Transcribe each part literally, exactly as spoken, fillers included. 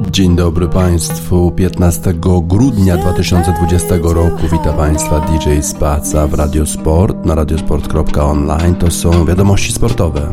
Dzień dobry Państwu. piętnastego grudnia dwa tysiące dwudziestego roku wita Państwa D J Spaca w Radiosport na radiosport kropka online. To są wiadomości sportowe.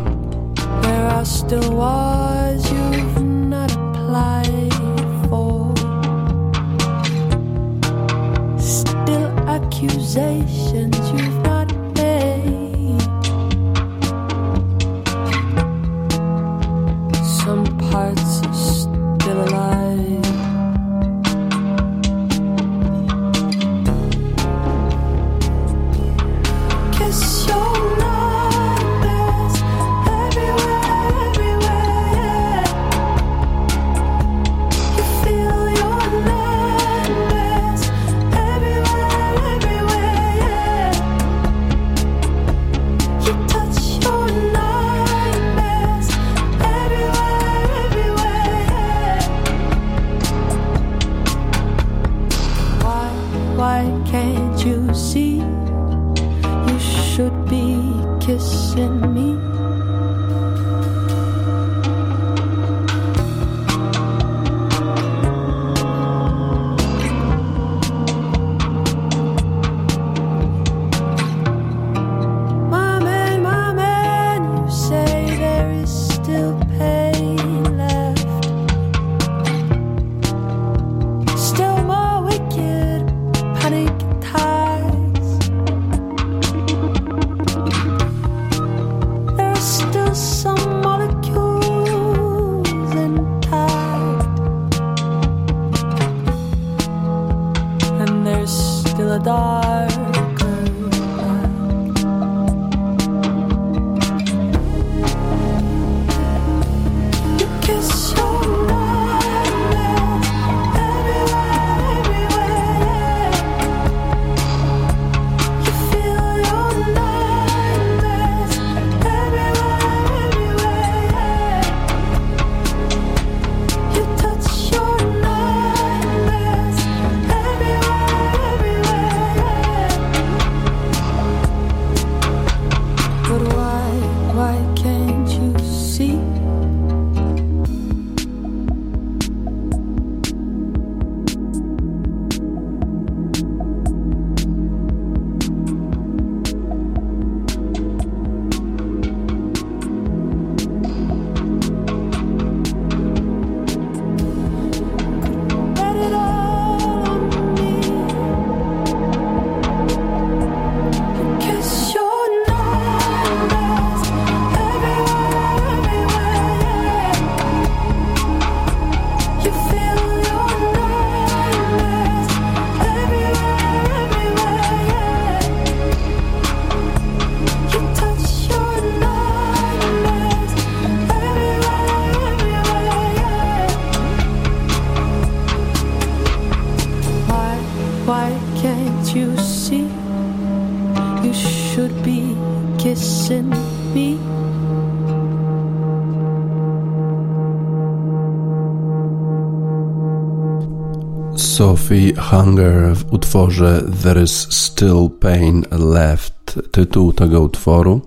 Sophie Hunger w utworze There is Still Pain Left. Tytuł tego utworu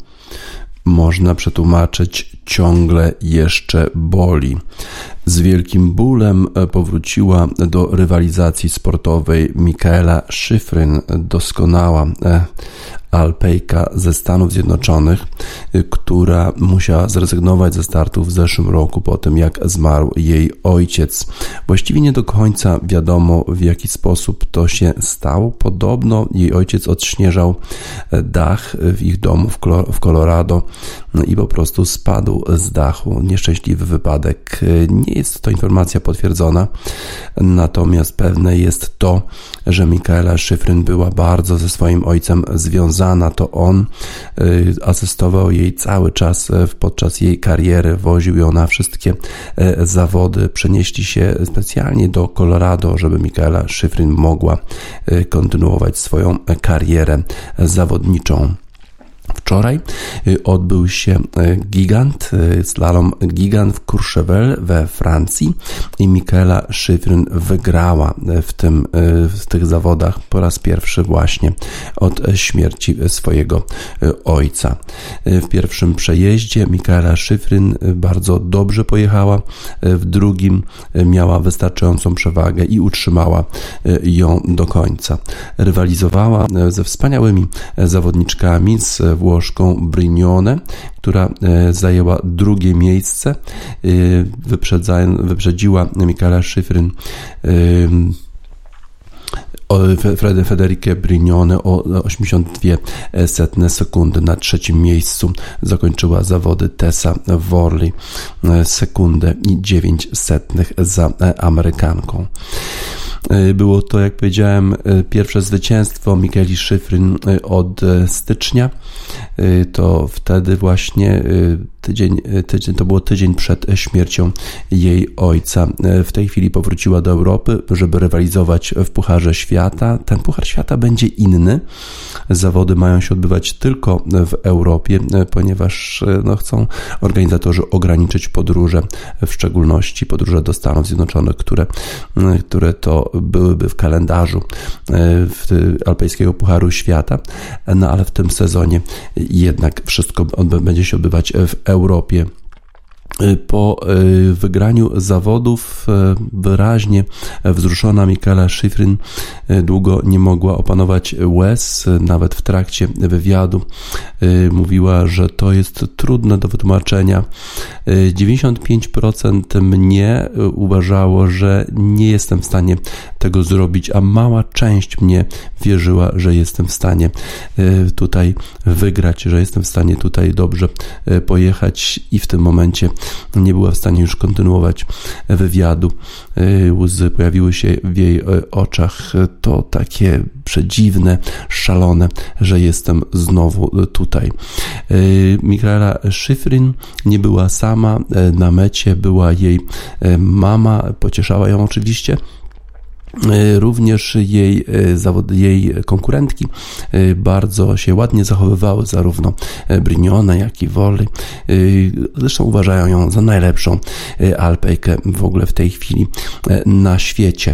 można przetłumaczyć ciągle jeszcze boli. Z wielkim bólem powróciła do rywalizacji sportowej Mikaela Shiffrin, doskonała Alpejka ze Stanów Zjednoczonych, która musiała zrezygnować ze startu w zeszłym roku po tym, jak zmarł jej ojciec. Właściwie nie do końca wiadomo, w jaki sposób to się stało. Podobno jej ojciec odśnieżał dach w ich domu w Colorado i po prostu spadł z dachu. Nieszczęśliwy wypadek. Nie jest to informacja potwierdzona, natomiast pewne jest to, że Mikaela Shiffrin była bardzo ze swoim ojcem związana. To on asystował jej cały czas podczas jej kariery, woził ją na wszystkie zawody. Przenieśli się specjalnie do Colorado, żeby Mikaela Shiffrin mogła kontynuować swoją karierę zawodniczą. Wczoraj odbył się gigant, slalom gigant w Courchevel we Francji i Michaela Schifrin wygrała w, tym, w tych zawodach po raz pierwszy właśnie od śmierci swojego ojca. W pierwszym przejeździe Michaela Schifrin bardzo dobrze pojechała, w drugim miała wystarczającą przewagę i utrzymała ją do końca. Rywalizowała ze wspaniałymi zawodniczkami, z Włoszką Brignone, która zajęła drugie miejsce, wyprzedziła Michaela Schifrin Federikę Brignone o osiemdziesiąt dwie setne sekundy. Na trzecim miejscu zakończyła zawody Tessa Worley, sekundę i dziewięć setnych za Amerykanką. Było to, jak powiedziałem, pierwsze zwycięstwo Michaeli Schifrin od stycznia. To wtedy właśnie tydzień, tydzień, to było tydzień przed śmiercią jej ojca. W tej chwili powróciła do Europy, żeby rywalizować w Pucharze Świata. Ten Puchar Świata będzie inny. Zawody mają się odbywać tylko w Europie, ponieważ no, chcą organizatorzy ograniczyć podróże, w szczególności podróże do Stanów Zjednoczonych, które, które to byłyby w kalendarzu w Alpejskiego Pucharu Świata, no ale w tym sezonie jednak wszystko będzie się odbywać w Europie. Po wygraniu zawodów wyraźnie wzruszona Michaela Schifrin długo nie mogła opanować łez. Nawet w trakcie wywiadu mówiła, że to jest trudne do wytłumaczenia. dziewięćdziesiąt pięć procent mnie uważało, że nie jestem w stanie tego zrobić, a mała część mnie wierzyła, że jestem w stanie tutaj wygrać, że jestem w stanie tutaj dobrze pojechać i w tym momencie nie była w stanie już kontynuować wywiadu. Łzy pojawiły się w jej oczach. To takie przedziwne, szalone, że jestem znowu tutaj. Michaela Schifrin nie była sama. Na mecie była jej mama, pocieszała ją oczywiście. Również jej, jej konkurentki bardzo się ładnie zachowywały, zarówno Brignone, jak i Worley. Zresztą uważają ją za najlepszą Alpejkę w ogóle w tej chwili na świecie.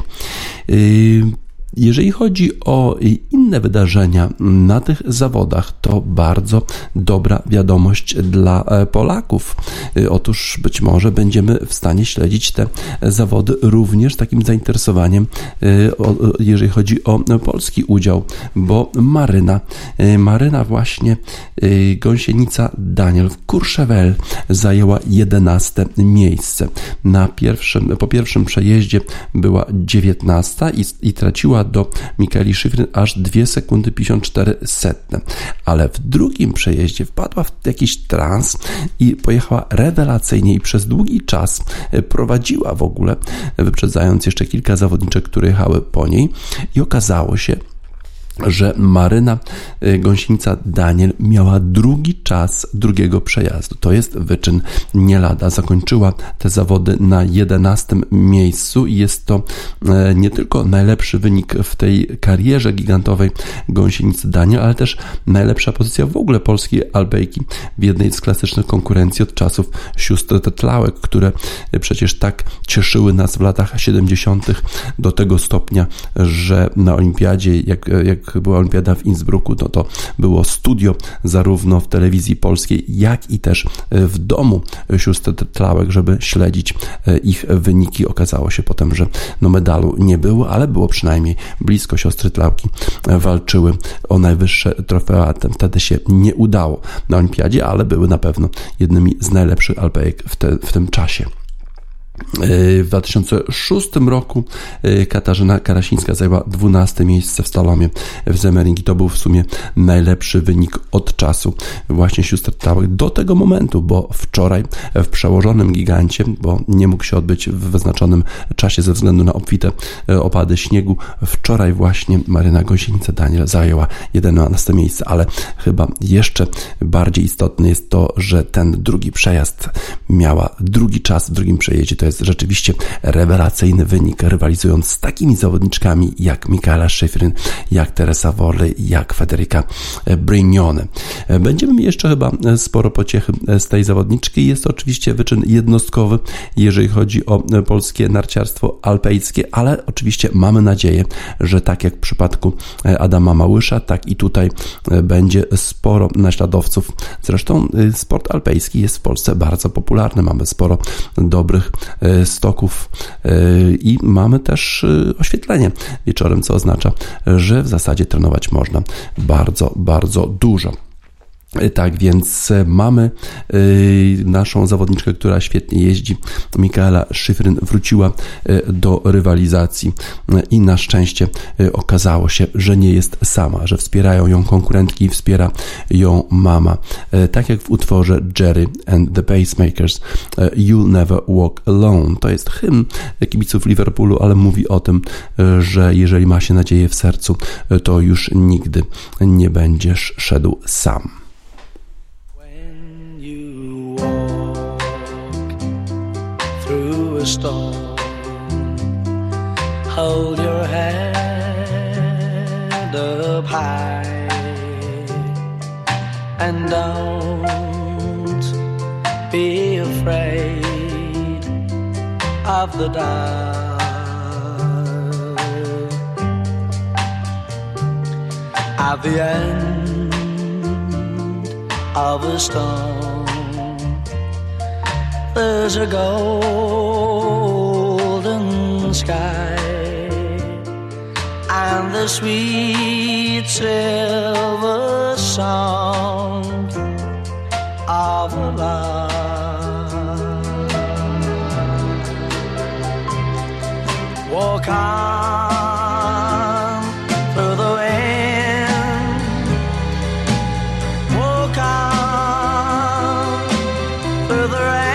Jeżeli chodzi o inne wydarzenia na tych zawodach, to bardzo dobra wiadomość dla Polaków. Otóż być może będziemy w stanie śledzić te zawody również z takim zainteresowaniem, jeżeli chodzi o polski udział, bo Maryna, Maryna właśnie Gąsienica Daniel w Courchevel zajęła jedenaste miejsce. Na pierwszym, po pierwszym przejeździe była dziewiętnasta i, i traciła do Michaeli Schifrin aż dwie sekundy pięćdziesiąt cztery setne, ale w drugim przejeździe wpadła w jakiś trans i pojechała rewelacyjnie i przez długi czas prowadziła w ogóle, wyprzedzając jeszcze kilka zawodniczek, które jechały po niej, i okazało się, że Maryna Gąsienica Daniel miała drugi czas drugiego przejazdu. To jest wyczyn nie lada. Zakończyła te zawody na jedenastym miejscu i jest to nie tylko najlepszy wynik w tej karierze gigantowej Gąsienicy Daniel, ale też najlepsza pozycja w ogóle polskiej Alpejki w jednej z klasycznych konkurencji od czasów sióstr Tetlałek, które przecież tak cieszyły nas w latach siedemdziesiątych do tego stopnia, że na olimpiadzie, jak, jak była olimpiada w Innsbrucku, no to było studio zarówno w telewizji polskiej, jak i też w domu sióstr Tetlałek, żeby śledzić ich wyniki. Okazało się potem, że no medalu nie było, ale było przynajmniej blisko. Siostry Tetlałki walczyły o najwyższe trofea. Wtedy się nie udało na olimpiadzie, ale były na pewno jednymi z najlepszych Alpejek w, te, w tym czasie. W dwa tysiące szóstym roku Katarzyna Karasińska zajęła dwunaste miejsce w slalomie w Semmering i to był w sumie najlepszy wynik od czasu właśnie sióstr Tetlałek do tego momentu, bo wczoraj w przełożonym gigancie, bo nie mógł się odbyć w wyznaczonym czasie ze względu na obfite opady śniegu, wczoraj właśnie Maryna Gąsienica Daniel zajęła jedenaste miejsce, ale chyba jeszcze bardziej istotne jest to, że ten drugi przejazd miała drugi czas w drugim przejeździe. To to jest rzeczywiście rewelacyjny wynik, rywalizując z takimi zawodniczkami jak Michaela Schifrin, jak Teresa Worley, jak Federica Brignone. Będziemy mieli jeszcze chyba sporo pociechy z tej zawodniczki. Jest to oczywiście wyczyn jednostkowy, jeżeli chodzi o polskie narciarstwo alpejskie, ale oczywiście mamy nadzieję, że tak jak w przypadku Adama Małysza, tak i tutaj będzie sporo naśladowców. Zresztą sport alpejski jest w Polsce bardzo popularny. Mamy sporo dobrych stoków i mamy też oświetlenie wieczorem, co oznacza, że w zasadzie trenować można bardzo, bardzo dużo. Tak więc mamy y, naszą zawodniczkę, która świetnie jeździ. Michaela Schifrin wróciła y, do rywalizacji y, i na szczęście y, okazało się, że nie jest sama, że wspierają ją konkurentki i wspiera ją mama. Y, tak jak w utworze Jerry and the Pacemakers, y, You'll Never Walk Alone. To jest hymn kibiców Liverpoolu, ale mówi o tym, y, że jeżeli ma się nadzieję w sercu, y, to już nigdy nie będziesz szedł sam. Through a storm, hold your head up high and don't be afraid of the dark. At the end of a storm, there's a golden sky and the sweet silver song of a lark. Walk on through the wind, walk on through the rain.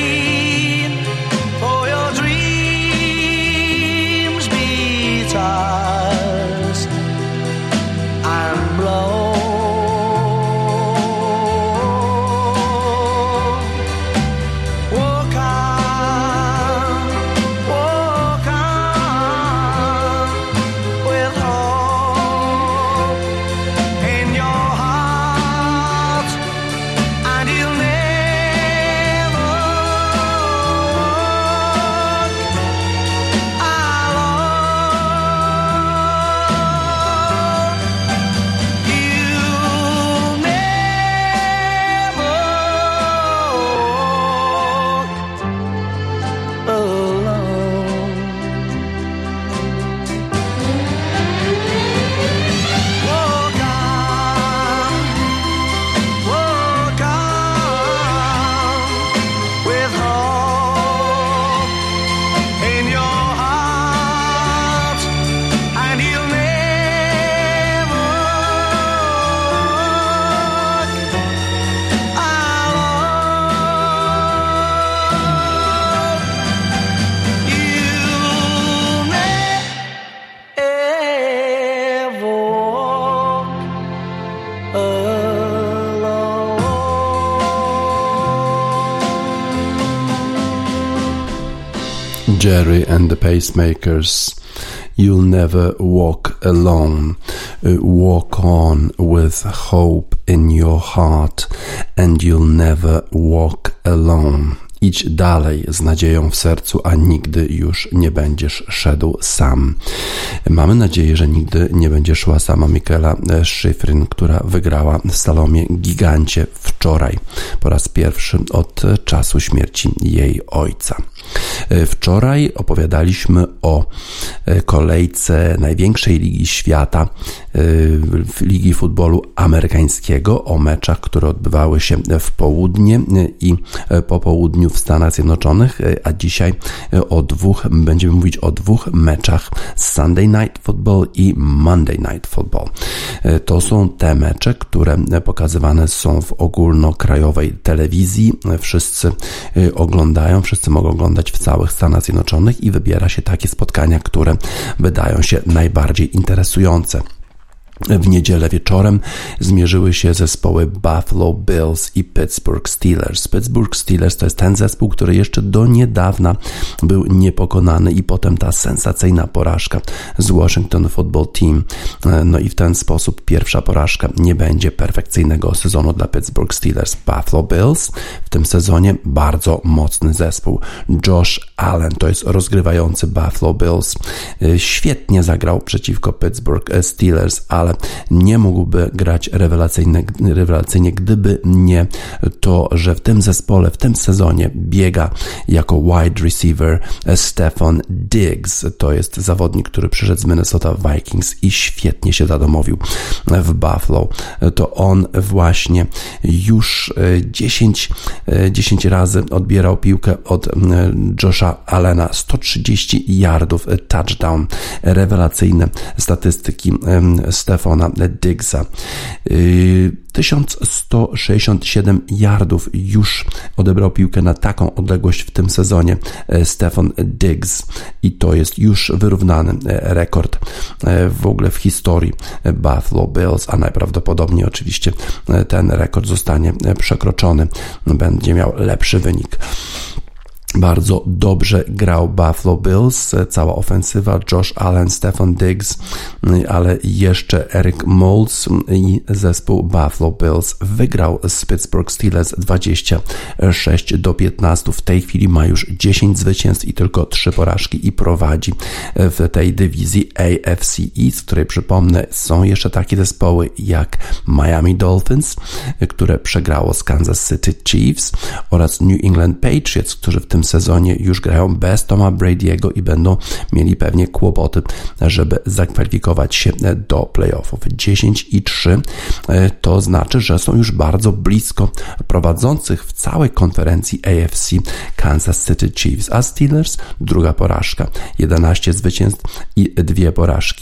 Jerry and the Pacemakers, You'll Never Walk Alone. Walk on with hope in your heart and you'll never walk alone. Idź dalej z nadzieją w sercu, a nigdy już nie będziesz szedł sam. Mamy nadzieję, że nigdy nie będzie szła sama Michaela Schifrin, która wygrała w slalomie gigancie wczoraj, po raz pierwszy od czasu śmierci jej ojca. Wczoraj opowiadaliśmy o kolejce największej ligi świata, Ligi Futbolu Amerykańskiego, o meczach, które odbywały się w południe i po południu w Stanach Zjednoczonych, a dzisiaj o dwóch, będziemy mówić o dwóch meczach: Sunday Night Football i Monday Night Football. To są te mecze, które pokazywane są w ogólnokrajowej telewizji. Wszyscy oglądają, wszyscy mogą oglądać w całych Stanach Zjednoczonych i wybiera się takie spotkania, które wydają się najbardziej interesujące. W niedzielę wieczorem zmierzyły się zespoły Buffalo Bills i Pittsburgh Steelers. Pittsburgh Steelers to jest ten zespół, który jeszcze do niedawna był niepokonany i potem ta sensacyjna porażka z Washington Football Team. No i w ten sposób pierwsza porażka nie będzie perfekcyjnego sezonu dla Pittsburgh Steelers. Buffalo Bills w tym sezonie bardzo mocny zespół. Josh Allen to jest rozgrywający Buffalo Bills. Świetnie zagrał przeciwko Pittsburgh Steelers, ale nie mógłby grać rewelacyjnie, rewelacyjnie, gdyby nie to, że w tym zespole, w tym sezonie biega jako wide receiver Stefon Diggs. To jest zawodnik, który przyszedł z Minnesota Vikings i świetnie się zadomowił w Buffalo. To on właśnie już dziesięć, dziesięć razy odbierał piłkę od Josha Allena. sto trzydzieści yardów, touchdown. Rewelacyjne statystyki Stefona Diggsa. tysiąc sto sześćdziesiąt siedem yardów już odebrał piłkę na taką odległość w tym sezonie Stefon Diggs i to jest już wyrównany rekord w ogóle w historii Buffalo Bills, a najprawdopodobniej oczywiście ten rekord zostanie przekroczony, będzie miał lepszy wynik. Bardzo dobrze grał Buffalo Bills, cała ofensywa, Josh Allen, Stefon Diggs, ale jeszcze Eric Moulds i zespół Buffalo Bills wygrał z Pittsburgh Steelers dwadzieścia sześć do piętnastu. W tej chwili ma już dziesięć zwycięstw i tylko trzy porażki i prowadzi w tej dywizji A F C East, w której przypomnę są jeszcze takie zespoły jak Miami Dolphins, które przegrało z Kansas City Chiefs oraz New England Patriots, którzy w tym sezonie już grają bez Toma Brady'ego i będą mieli pewnie kłopoty, żeby zakwalifikować się do playoffów. dziesięć i trzy to znaczy, że są już bardzo blisko prowadzących w całej konferencji A F C Kansas City Chiefs, a Steelers druga porażka, jedenaście zwycięstw i dwie porażki.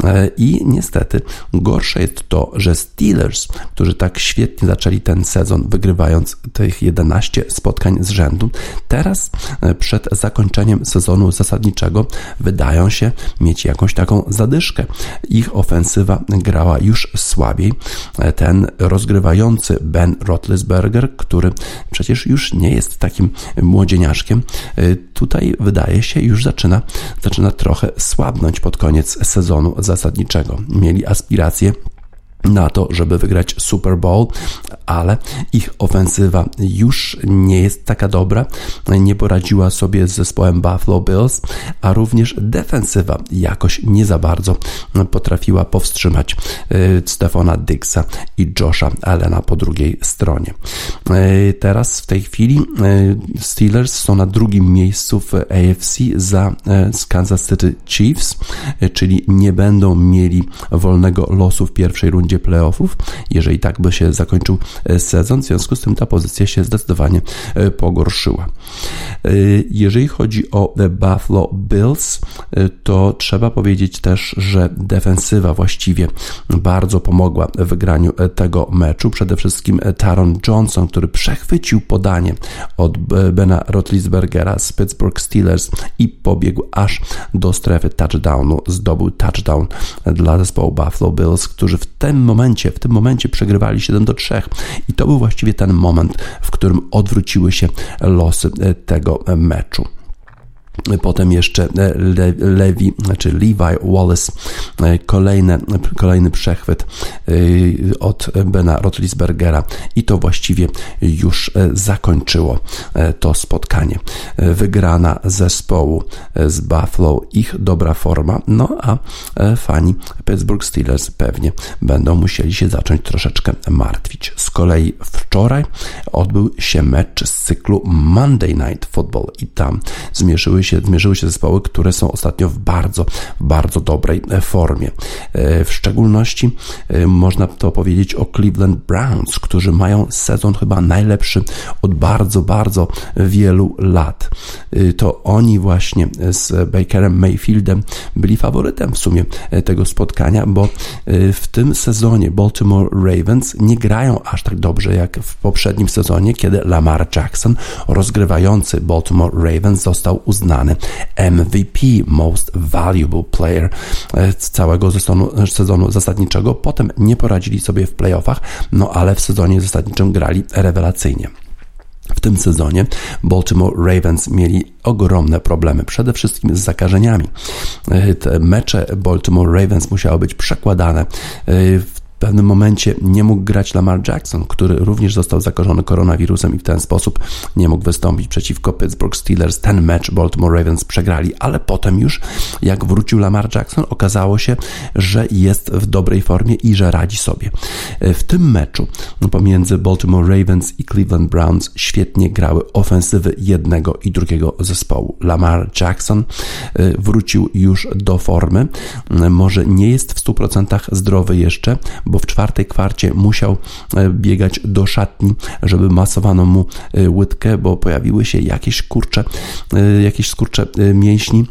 I niestety gorsze jest to, że Steelers, którzy tak świetnie zaczęli ten sezon, wygrywając tych jedenaście spotkań z rzędu, teraz przed zakończeniem sezonu zasadniczego wydają się mieć jakąś taką zadyszkę. Ich ofensywa grała już słabiej. Ten rozgrywający Ben Roethlisberger, który przecież już nie jest takim młodzieniaszkiem, tutaj wydaje się już zaczyna, zaczyna trochę słabnąć pod koniec sezonu zasadniczego. Mieli aspiracje na to, żeby wygrać Super Bowl, ale ich ofensywa już nie jest taka dobra, nie poradziła sobie z zespołem Buffalo Bills, a również defensywa jakoś nie za bardzo potrafiła powstrzymać Stefona Diggsa i Josha Allena po drugiej stronie. Teraz w tej chwili Steelers są na drugim miejscu w A F C za Kansas City Chiefs, czyli nie będą mieli wolnego losu w pierwszej rundzie playoffów, jeżeli tak by się zakończył sezon, w związku z tym ta pozycja się zdecydowanie pogorszyła. Jeżeli chodzi o Buffalo Bills, to trzeba powiedzieć też, że defensywa właściwie bardzo pomogła w wygraniu tego meczu. Przede wszystkim Taron Johnson, który przechwycił podanie od Bena Roethlisbergera z Pittsburgh Steelers i pobiegł aż do strefy touchdownu. Zdobył touchdown dla zespołu Buffalo Bills, którzy w tym momencie, w tym momencie przegrywali siedem do trzech i to był właściwie ten moment, w którym odwróciły się losy tego meczu. Potem jeszcze Le- Levi, znaczy Levi Wallace, kolejny, kolejny przechwyt od Bena Roethlisbergera i to właściwie już zakończyło to spotkanie. Wygrana zespołu z Buffalo, ich dobra forma, no a fani Pittsburgh Steelers pewnie będą musieli się zacząć troszeczkę martwić. Z kolei wczoraj odbył się mecz z cyklu Monday Night Football i tam zmierzyły się, zmierzyły się zespoły, które są ostatnio w bardzo, bardzo dobrej formie. W szczególności można to powiedzieć o Cleveland Browns, którzy mają sezon chyba najlepszy od bardzo, bardzo wielu lat. To oni właśnie z Bakerem Mayfieldem byli faworytem w sumie tego spotkania, bo w tym sezonie Baltimore Ravens nie grają aż tak dobrze jak w poprzednim sezonie, kiedy Lamar Jackson, rozgrywający Baltimore Ravens, został uznany uznany M V P, Most Valuable Player z całego sezonu, sezonu zasadniczego. Potem nie poradzili sobie w playoffach, no ale w sezonie zasadniczym grali rewelacyjnie. W tym sezonie Baltimore Ravens mieli ogromne problemy, przede wszystkim z zakażeniami. Te mecze Baltimore Ravens musiały być przekładane. W W pewnym momencie nie mógł grać Lamar Jackson, który również został zakażony koronawirusem i w ten sposób nie mógł wystąpić przeciwko Pittsburgh Steelers. Ten mecz Baltimore Ravens przegrali, ale potem już jak wrócił Lamar Jackson, okazało się, że jest w dobrej formie i że radzi sobie. W tym meczu pomiędzy Baltimore Ravens i Cleveland Browns świetnie grały ofensywy jednego i drugiego zespołu. Lamar Jackson wrócił już do formy, może nie jest w stu procentach zdrowy jeszcze, bo w czwartej kwarcie musiał biegać do szatni, żeby masowano mu łydkę, bo pojawiły się jakieś kurcze, jakieś skurcze mięśni.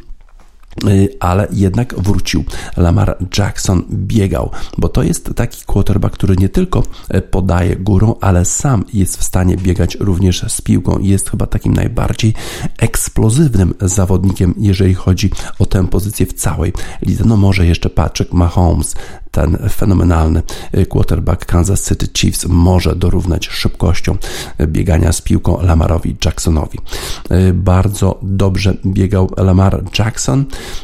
Ale jednak wrócił. Lamar Jackson biegał, bo to jest taki quarterback, który nie tylko podaje górą, ale sam jest w stanie biegać również z piłką i jest chyba takim najbardziej eksplozywnym zawodnikiem, jeżeli chodzi o tę pozycję w całej lidze. No może jeszcze Patrick Mahomes, ten fenomenalny quarterback Kansas City Chiefs, może dorównać szybkością biegania z piłką Lamarowi Jacksonowi. Bardzo dobrze biegał Lamar Jackson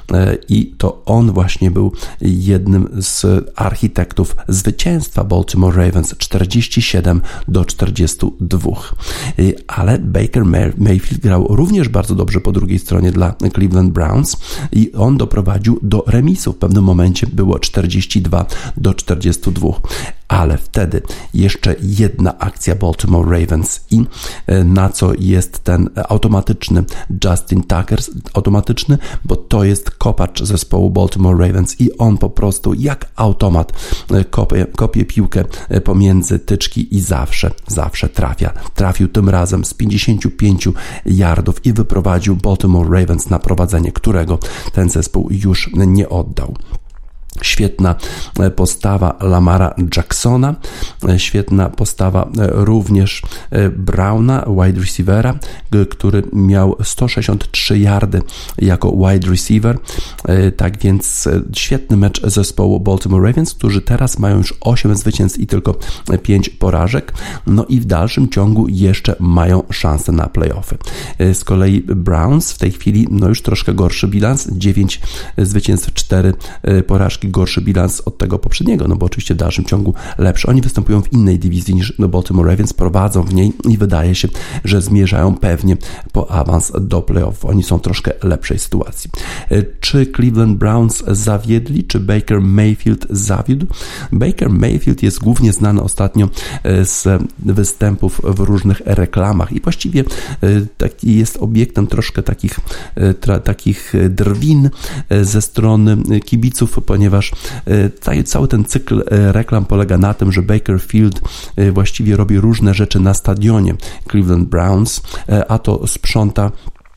i to on właśnie był jednym z architektów zwycięstwa Baltimore Ravens czterdzieści siedem do czterdziestu dwóch. Ale Baker Mayfield grał również bardzo dobrze po drugiej stronie dla Cleveland Browns i on doprowadził do remisu. W pewnym momencie było czterdzieści dwa do czterdziestu dwóch. Ale wtedy jeszcze jedna akcja Baltimore Ravens i na co jest ten automatyczny Justin Tucker, automatyczny, bo to jest kopacz zespołu Baltimore Ravens i on po prostu jak automat kopie, kopie piłkę pomiędzy tyczki i zawsze, zawsze trafia. Trafił tym razem z pięćdziesięciu pięciu yardów i wyprowadził Baltimore Ravens na prowadzenie, którego ten zespół już nie oddał. Świetna postawa Lamara Jacksona, świetna postawa również Browna, wide receivera, który miał sto sześćdziesiąt trzy yardy jako wide receiver. Tak więc świetny mecz zespołu Baltimore Ravens, którzy teraz mają już osiem zwycięstw i tylko pięć porażek. No i w dalszym ciągu jeszcze mają szansę na playoffy. Z kolei Browns w tej chwili no już troszkę gorszy bilans, dziewięć zwycięstw, cztery porażki, gorszy bilans od tego poprzedniego, no bo oczywiście w dalszym ciągu lepszy. Oni występują w innej dywizji niż Baltimore Ravens, prowadzą w niej i wydaje się, że zmierzają pewnie po awans do playoff. Oni są w troszkę lepszej sytuacji. Czy Cleveland Browns zawiedli, czy Baker Mayfield zawiódł? Baker Mayfield jest głównie znany ostatnio z występów w różnych reklamach i właściwie taki jest obiektem troszkę takich, tra, takich drwin ze strony kibiców, ponieważ cały ten cykl reklam polega na tym, że Baker Field właściwie robi różne rzeczy na stadionie Cleveland Browns, a to sprząta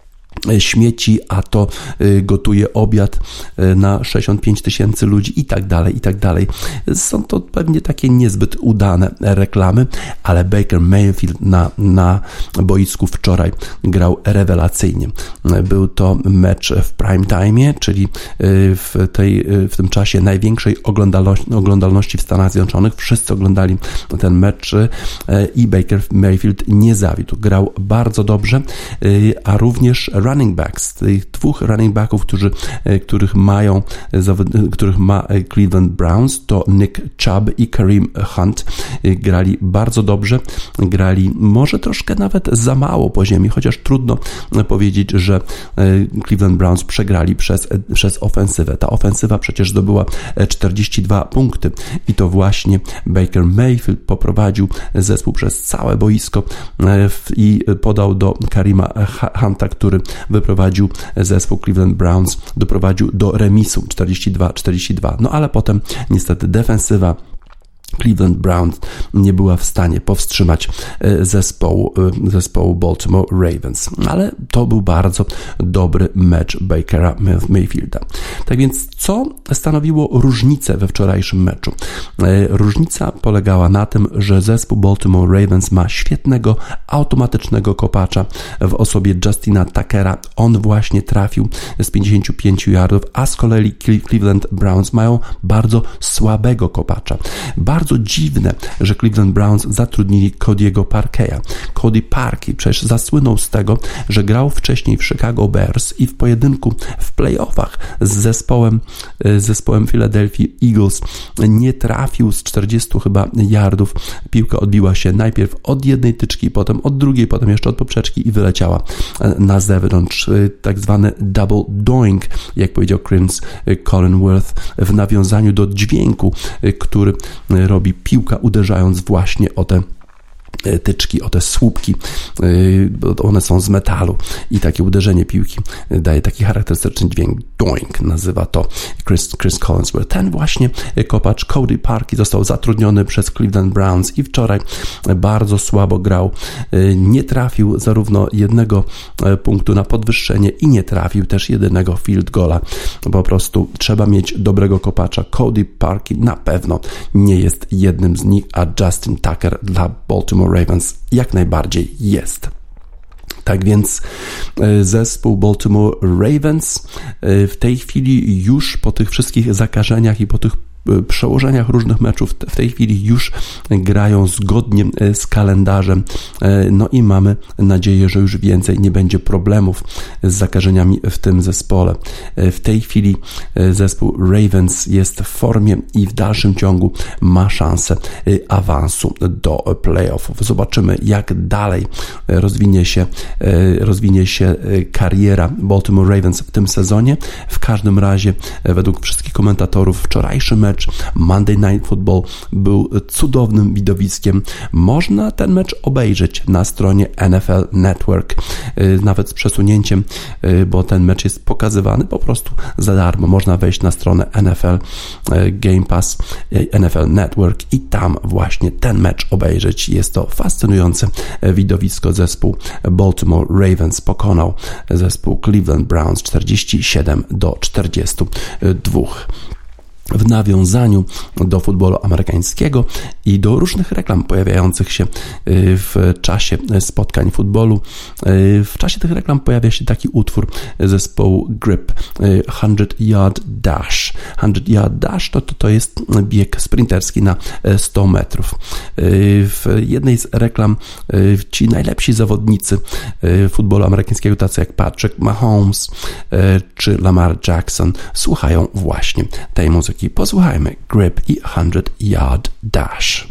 śmieci, a to gotuje obiad na sześćdziesiąt pięć tysięcy ludzi i tak dalej, i tak dalej. Są to pewnie takie niezbyt udane reklamy, ale Baker Mayfield na, na boisku wczoraj grał rewelacyjnie. Był to mecz w prime time, czyli w, tej, w tym czasie największej oglądalności, oglądalności w Stanach Zjednoczonych. Wszyscy oglądali ten mecz i Baker Mayfield nie zawiódł. Grał bardzo dobrze, a również running backs, tych dwóch running backów, którzy, których mają, których ma Cleveland Browns, to Nick Chubb i Kareem Hunt, grali bardzo dobrze, grali może troszkę nawet za mało po ziemi, chociaż trudno powiedzieć, że Cleveland Browns przegrali przez, przez ofensywę. Ta ofensywa przecież zdobyła czterdzieści dwa punkty i to właśnie Baker Mayfield poprowadził zespół przez całe boisko i podał do Kareema Hunta, który wyprowadził zespół Cleveland Browns, doprowadził do remisu czterdzieści dwa czterdzieści dwa. No ale potem niestety defensywa Cleveland Browns nie była w stanie powstrzymać zespołu, zespołu Baltimore Ravens. Ale to był bardzo dobry mecz Bakera Mayfielda. Tak więc co stanowiło różnicę we wczorajszym meczu? Różnica polegała na tym, że zespół Baltimore Ravens ma świetnego, automatycznego kopacza w osobie Justina Tuckera. On właśnie trafił z pięćdziesięciu pięciu yardów, a z kolei Cleveland Browns mają bardzo słabego kopacza. Bardzo dziwne, że Cleveland Browns zatrudnili Cody'ego Parkeya. Cody Parkey przecież zasłynął z tego, że grał wcześniej w Chicago Bears i w pojedynku w playoffach z zespołem, z zespołem Philadelphia Eagles nie trafił z czterdziestu chyba yardów. Piłka odbiła się najpierw od jednej tyczki, potem od drugiej, potem jeszcze od poprzeczki i wyleciała na zewnątrz. Tak zwany double doink, jak powiedział Chris Collinsworth, w nawiązaniu do dźwięku, który robi piłka, uderzając właśnie o te tyczki, o te słupki, one są z metalu i takie uderzenie piłki daje taki charakterystyczny dźwięk, doink, nazywa to Chris, Chris Collinsworth. Ten właśnie kopacz Cody Parkey został zatrudniony przez Cleveland Browns i wczoraj bardzo słabo grał, nie trafił zarówno jednego punktu na podwyższenie i nie trafił też jedynego field goala. Po prostu trzeba mieć dobrego kopacza. Cody Parkey na pewno nie jest jednym z nich, a Justin Tucker dla Baltimore Ravens jak najbardziej jest. Tak więc zespół Baltimore Ravens w tej chwili już po tych wszystkich zakażeniach i po tych przełożeniach różnych meczów w tej chwili już grają zgodnie z kalendarzem, no i mamy nadzieję, że już więcej nie będzie problemów z zakażeniami w tym zespole. W tej chwili zespół Ravens jest w formie i w dalszym ciągu ma szansę awansu do playoffów. Zobaczymy, jak dalej rozwinie się, rozwinie się kariera Baltimore Ravens w tym sezonie. W każdym razie według wszystkich komentatorów wczorajszy mecz Monday Night Football był cudownym widowiskiem. Można ten mecz obejrzeć na stronie N F L Network, nawet z przesunięciem, bo ten mecz jest pokazywany po prostu za darmo. Można wejść na stronę N F L Game Pass, N F L Network i tam właśnie ten mecz obejrzeć. Jest to fascynujące widowisko. Zespół Baltimore Ravens pokonał zespół Cleveland Browns czterdzieści siedem do czterdziestu dwóch. W nawiązaniu do futbolu amerykańskiego i do różnych reklam pojawiających się w czasie spotkań futbolu. W czasie tych reklam pojawia się taki utwór zespołu Grip, hundred yard dash. hundred yard dash to, to, to jest bieg sprinterski na sto metrów. W jednej z reklam ci najlepsi zawodnicy futbolu amerykańskiego, tacy jak Patrick Mahomes czy Lamar Jackson, słuchają właśnie tej muzyki. Posłuchajmy Grip i hundred yard dash.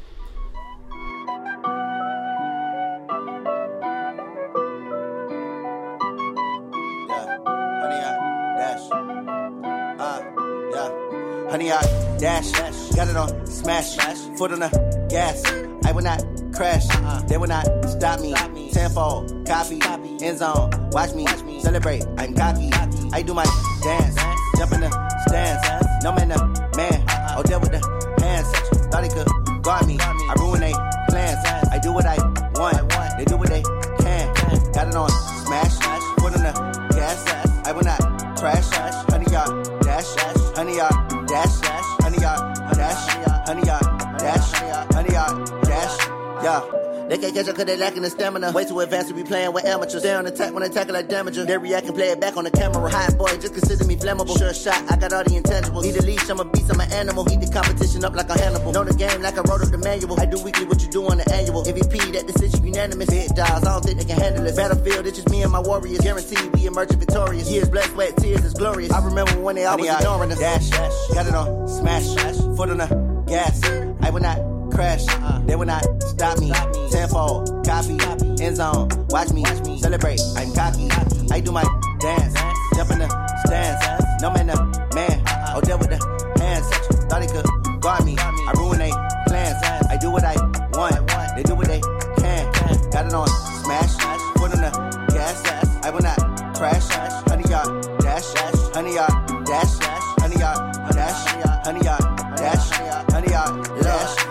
Honey, I dash, got it on smash, foot on the gas. I will not crash, they will not stop me. Tenfold, copy, end zone, watch me celebrate. I'm cocky, I do my dance, jump in the stands. No man, no man, oh, deal with the hands. Thought he could guard me, I ruin they plans. I do what I want, they do what they can. Got it on smash, foot on the gas. I will not crash, honey, y'all dash, honey, y'all dash, honey, y'all dash, honey, y'all dash, honey, y'all dash, yeah. They can't catch up cause they lacking the stamina. Way too advanced to be playing with amateurs. Stay on attack when I tackle like damager. They react and play it back on the camera. Hot boy, just consider me flammable. Sure shot, I got all the intangibles. Need a leash, I'm a beast, I'm an animal. Eat the competition up like a Hannibal. Know the game like I wrote up the manual. I do weekly what you do on the annual. M V P, that decision unanimous. Big dogs, I don't think they can handle it. Battlefield, it's just me and my warriors. Guaranteed we emerging victorious. Years, blood, sweat, tears, it's glorious. I remember when they always ignoring us. Dash, got it on smash, foot on the gas. I will not crash, they will not stop me. Tenfold, copy, end zone, watch me celebrate. I'm cocky, I do my dance, jump in the stands. No man, no man, oh, deal with the hands. Thought he could guard me, I ruin they plans. I do what I want, they do what they can. Got it on smash, foot on the gas. I will not crash, honey, y'all dash, honey, y'all dash, honey, y'all dash, honey, y'all dash, honey, y'all dash.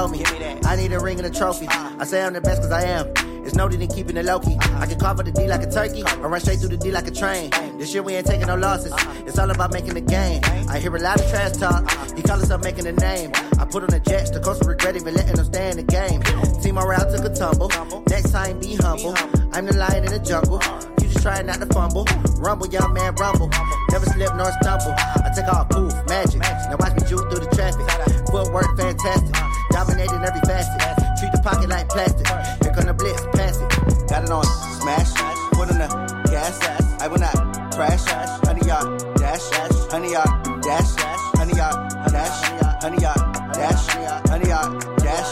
told me I need a ring and a trophy. I say I'm the best cause I am. It's no need in keeping it low-key. I can carve up the D like a turkey or run straight through the D like a train. This year we ain't taking no losses. It's all about making the game. I hear a lot of trash talk. He call himself making a name. I put on the jets. The coast will regret even letting them stay in the game. Team morale took a tumble. Next time be humble. I'm the lion in the jungle. You just trying not to fumble. Rumble, young man, rumble. Never slip nor stumble. I take off, poof, magic. Now watch me juke through the traffic. Footwork fantastic. Dominating every facet. Treat the pocket like plastic. Here come the blitz, pass it. Got it on, smash. Foot on the gas. I will not crash. Honey yard, dash. Honey yard, dash. Honey yard, dash. Honey yard, dash. Honey yard, dash.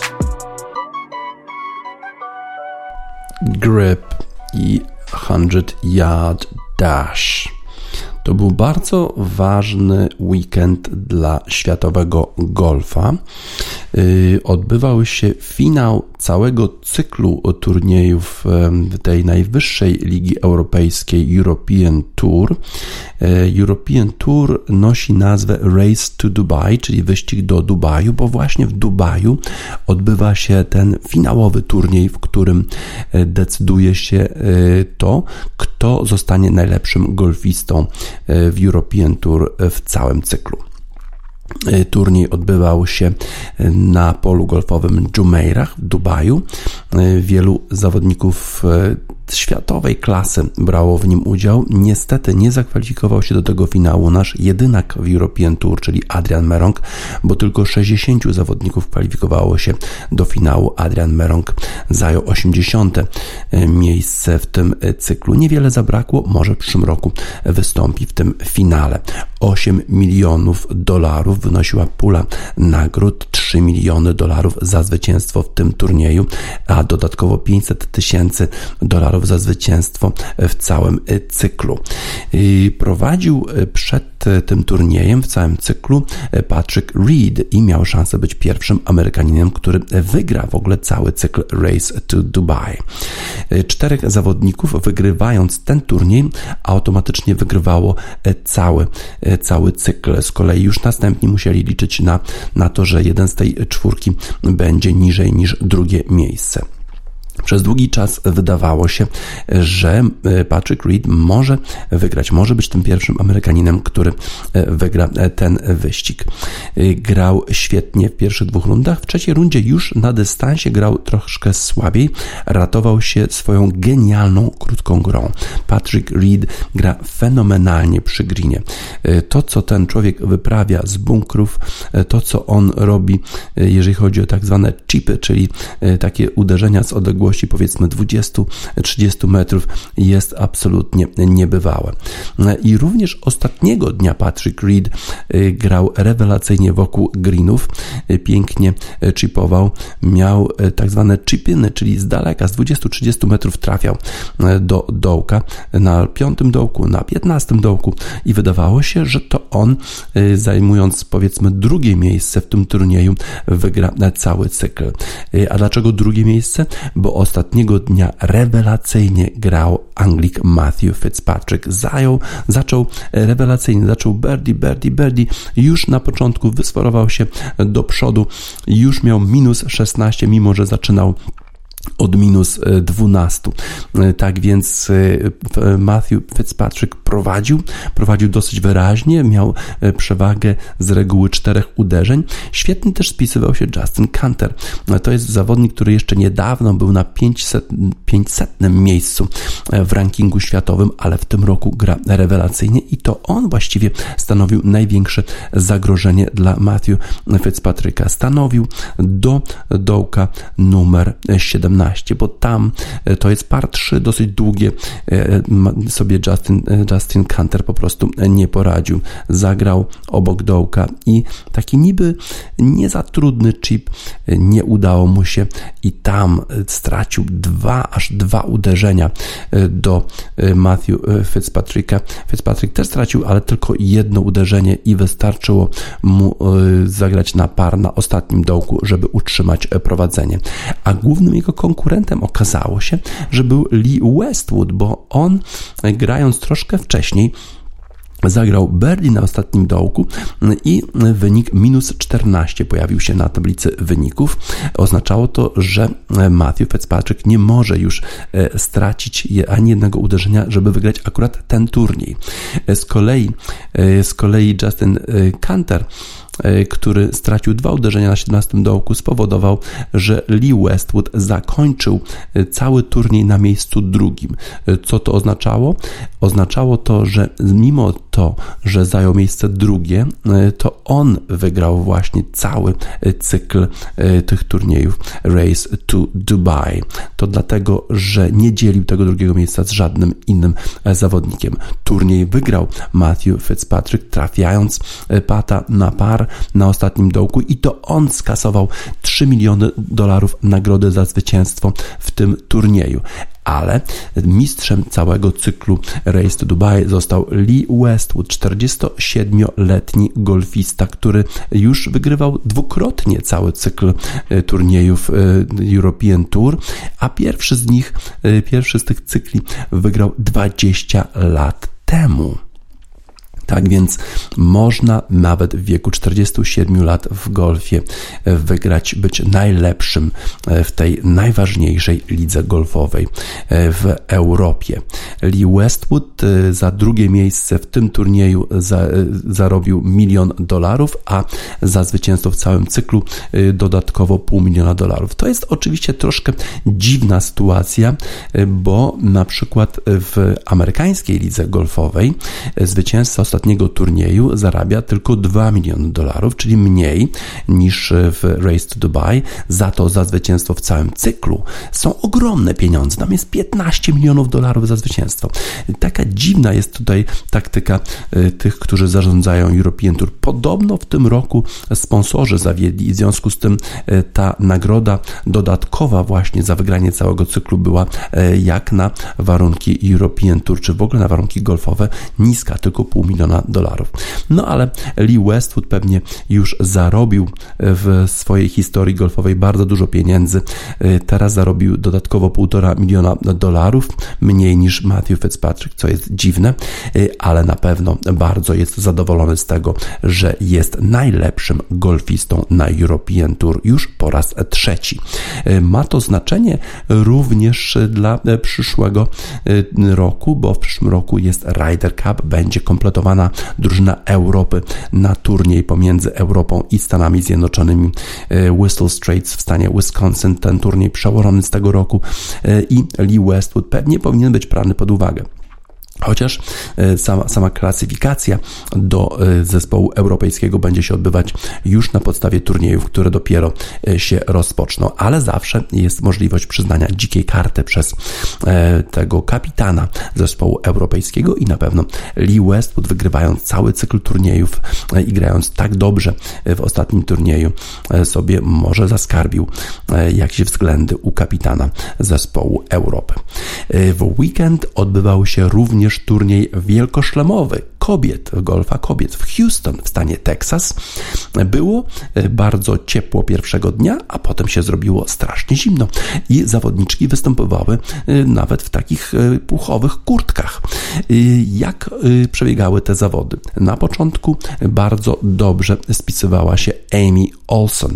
Grip i hundred yard dash. To był bardzo ważny weekend dla światowego golfa. Odbywał się finał całego cyklu turniejów tej najwyższej ligi europejskiej European Tour. European Tour nosi nazwę Race to Dubai, czyli wyścig do Dubaju, bo właśnie w Dubaju odbywa się ten finałowy turniej, w którym decyduje się to, kto zostanie najlepszym golfistą w European Tour w całym cyklu. Turniej odbywał się na polu golfowym Jumeirah w Dubaju. Wielu zawodników światowej klasy brało w nim udział. Niestety nie zakwalifikował się do tego finału nasz jedynak w European Tour, czyli Adrian Meronk, bo tylko sześćdziesięciu zawodników kwalifikowało się do finału. Adrian Meronk zajął osiemdziesiąte miejsce w tym cyklu. Niewiele zabrakło, może w przyszłym roku wystąpi w tym finale. osiem milionów dolarów wynosiła pula nagród, trzy miliony dolarów za zwycięstwo w tym turnieju, a dodatkowo pięćset tysięcy dolarów za zwycięstwo w całym cyklu. Prowadził przed tym turniejem w całym cyklu Patrick Reed i miał szansę być pierwszym Amerykaninem, który wygra w ogóle cały cykl Race to Dubai. Czterech zawodników, wygrywając ten turniej, automatycznie wygrywało cały, cały cykl. Z kolei już następni musieli liczyć na, na to, że jeden z tej czwórki będzie niżej niż drugie miejsce. Przez długi czas wydawało się, że Patrick Reed może wygrać, może być tym pierwszym Amerykaninem, który wygra ten wyścig. Grał świetnie w pierwszych dwóch rundach, w trzeciej rundzie już na dystansie grał troszkę słabiej, ratował się swoją genialną, krótką grą. Patrick Reed gra fenomenalnie przy greenie. To, co ten człowiek wyprawia z bunkrów, to, co on robi, jeżeli chodzi o tak zwane chipy, czyli takie uderzenia z odległości powiedzmy dwadzieścia trzydzieści metrów, jest absolutnie niebywałe. I również ostatniego dnia Patrick Reed grał rewelacyjnie wokół greenów, pięknie chipował, miał tak zwane chipiny, czyli z daleka, z dwudziestu trzydziestu metrów trafiał do dołka, na piątym dołku, na piętnastym dołku i wydawało się, że to on, zajmując powiedzmy drugie miejsce w tym turnieju, wygra cały cykl. A dlaczego drugie miejsce? Bo ostatniego dnia rewelacyjnie grał Anglik Matthew Fitzpatrick. Zajął, zaczął rewelacyjnie, zaczął birdie, birdie, birdie. Już na początku wysforował się do przodu. Już miał minus szesnaście, mimo że zaczynał od minus dwunastu. Tak więc Matthew Fitzpatrick prowadził, prowadził dosyć wyraźnie, miał przewagę z reguły czterech uderzeń. Świetnie też spisywał się Justin Hunter. To jest zawodnik, który jeszcze niedawno był na pięćsetnym miejscu w rankingu światowym, ale w tym roku gra rewelacyjnie i to on właściwie stanowił największe zagrożenie dla Matthew Fitzpatricka. Stanowił do dołka numer siedemnaście, bo tam to jest par trzy, dosyć długie, sobie Justin, Justin Hunter po prostu nie poradził. Zagrał obok dołka i taki niby nie za trudny chip nie udało mu się i tam stracił dwa, aż dwa uderzenia do Matthew Fitzpatricka. Fitzpatrick też stracił, ale tylko jedno uderzenie i wystarczyło mu zagrać na par na ostatnim dołku, żeby utrzymać prowadzenie. A głównym jego konkurentem okazało się, że był Lee Westwood, bo on grając troszkę wcześniej zagrał Birdie na ostatnim dołku i wynik minus czternaście pojawił się na tablicy wyników. Oznaczało to, że Matthew Fitzpatrick nie może już stracić ani jednego uderzenia, żeby wygrać akurat ten turniej. Z kolei, z kolei Justin Kanter, który stracił dwa uderzenia na siedemnastym dołku, spowodował, że Lee Westwood zakończył cały turniej na miejscu drugim. Co to oznaczało? Oznaczało to, że mimo to, że zajął miejsce drugie, to on wygrał właśnie cały cykl tych turniejów Race to Dubai. To dlatego, że nie dzielił tego drugiego miejsca z żadnym innym zawodnikiem. Turniej wygrał Matthew Fitzpatrick, trafiając pata na par na ostatnim dołku i to on skasował trzy miliony dolarów nagrody za zwycięstwo w tym turnieju. Ale mistrzem całego cyklu Race to Dubai został Lee Westwood, czterdziestosiedmioletni golfista, który już wygrywał dwukrotnie cały cykl turniejów European Tour, a pierwszy z nich, pierwszy z tych cykli wygrał dwadzieścia lat temu. Tak więc można nawet w wieku czterdziestu siedmiu lat w golfie wygrać, być najlepszym w tej najważniejszej lidze golfowej w Europie. Lee Westwood za drugie miejsce w tym turnieju za, zarobił milion dolarów, a za zwycięstwo w całym cyklu dodatkowo pół miliona dolarów. To jest oczywiście troszkę dziwna sytuacja, bo na przykład w amerykańskiej lidze golfowej zwycięzca ostatniego turnieju zarabia tylko dwa miliony dolarów, czyli mniej niż w Race to Dubai. Za to za zwycięstwo w całym cyklu są ogromne pieniądze. Tam jest piętnaście milionów dolarów za zwycięstwo. Taka dziwna jest tutaj taktyka tych, którzy zarządzają European Tour. Podobno w tym roku sponsorzy zawiedli i w związku z tym ta nagroda dodatkowa właśnie za wygranie całego cyklu była jak na warunki European Tour, czy w ogóle na warunki golfowe niska, tylko pół miliona dolarów. No ale Lee Westwood pewnie już zarobił w swojej historii golfowej bardzo dużo pieniędzy. Teraz zarobił dodatkowo półtora miliona dolarów, mniej niż Matthew Fitzpatrick, co jest dziwne, ale na pewno bardzo jest zadowolony z tego, że jest najlepszym golfistą na European Tour już po raz trzeci. Ma to znaczenie również dla przyszłego roku, bo w przyszłym roku jest Ryder Cup, będzie kompletowana drużyna Europy na turniej pomiędzy Europą i Stanami Zjednoczonymi, Whistle Straits w stanie Wisconsin, ten turniej przełożony z tego roku i Lee Westwood pewnie powinien być brany pod uwagę. Chociaż sama, sama klasyfikacja do zespołu europejskiego będzie się odbywać już na podstawie turniejów, które dopiero się rozpoczną, ale zawsze jest możliwość przyznania dzikiej karty przez tego kapitana zespołu europejskiego i na pewno Lee Westwood, wygrywając cały cykl turniejów i grając tak dobrze w ostatnim turnieju, sobie może zaskarbił jakieś względy u kapitana zespołu Europy. W weekend odbywał się również turniej wielkoszlemowy kobiet, golfa kobiet w Houston w stanie Teksas. Było bardzo ciepło pierwszego dnia, a potem się zrobiło strasznie zimno i zawodniczki występowały nawet w takich puchowych kurtkach. Jak przebiegały te zawody? Na początku bardzo dobrze spisywała się Amy Olsen.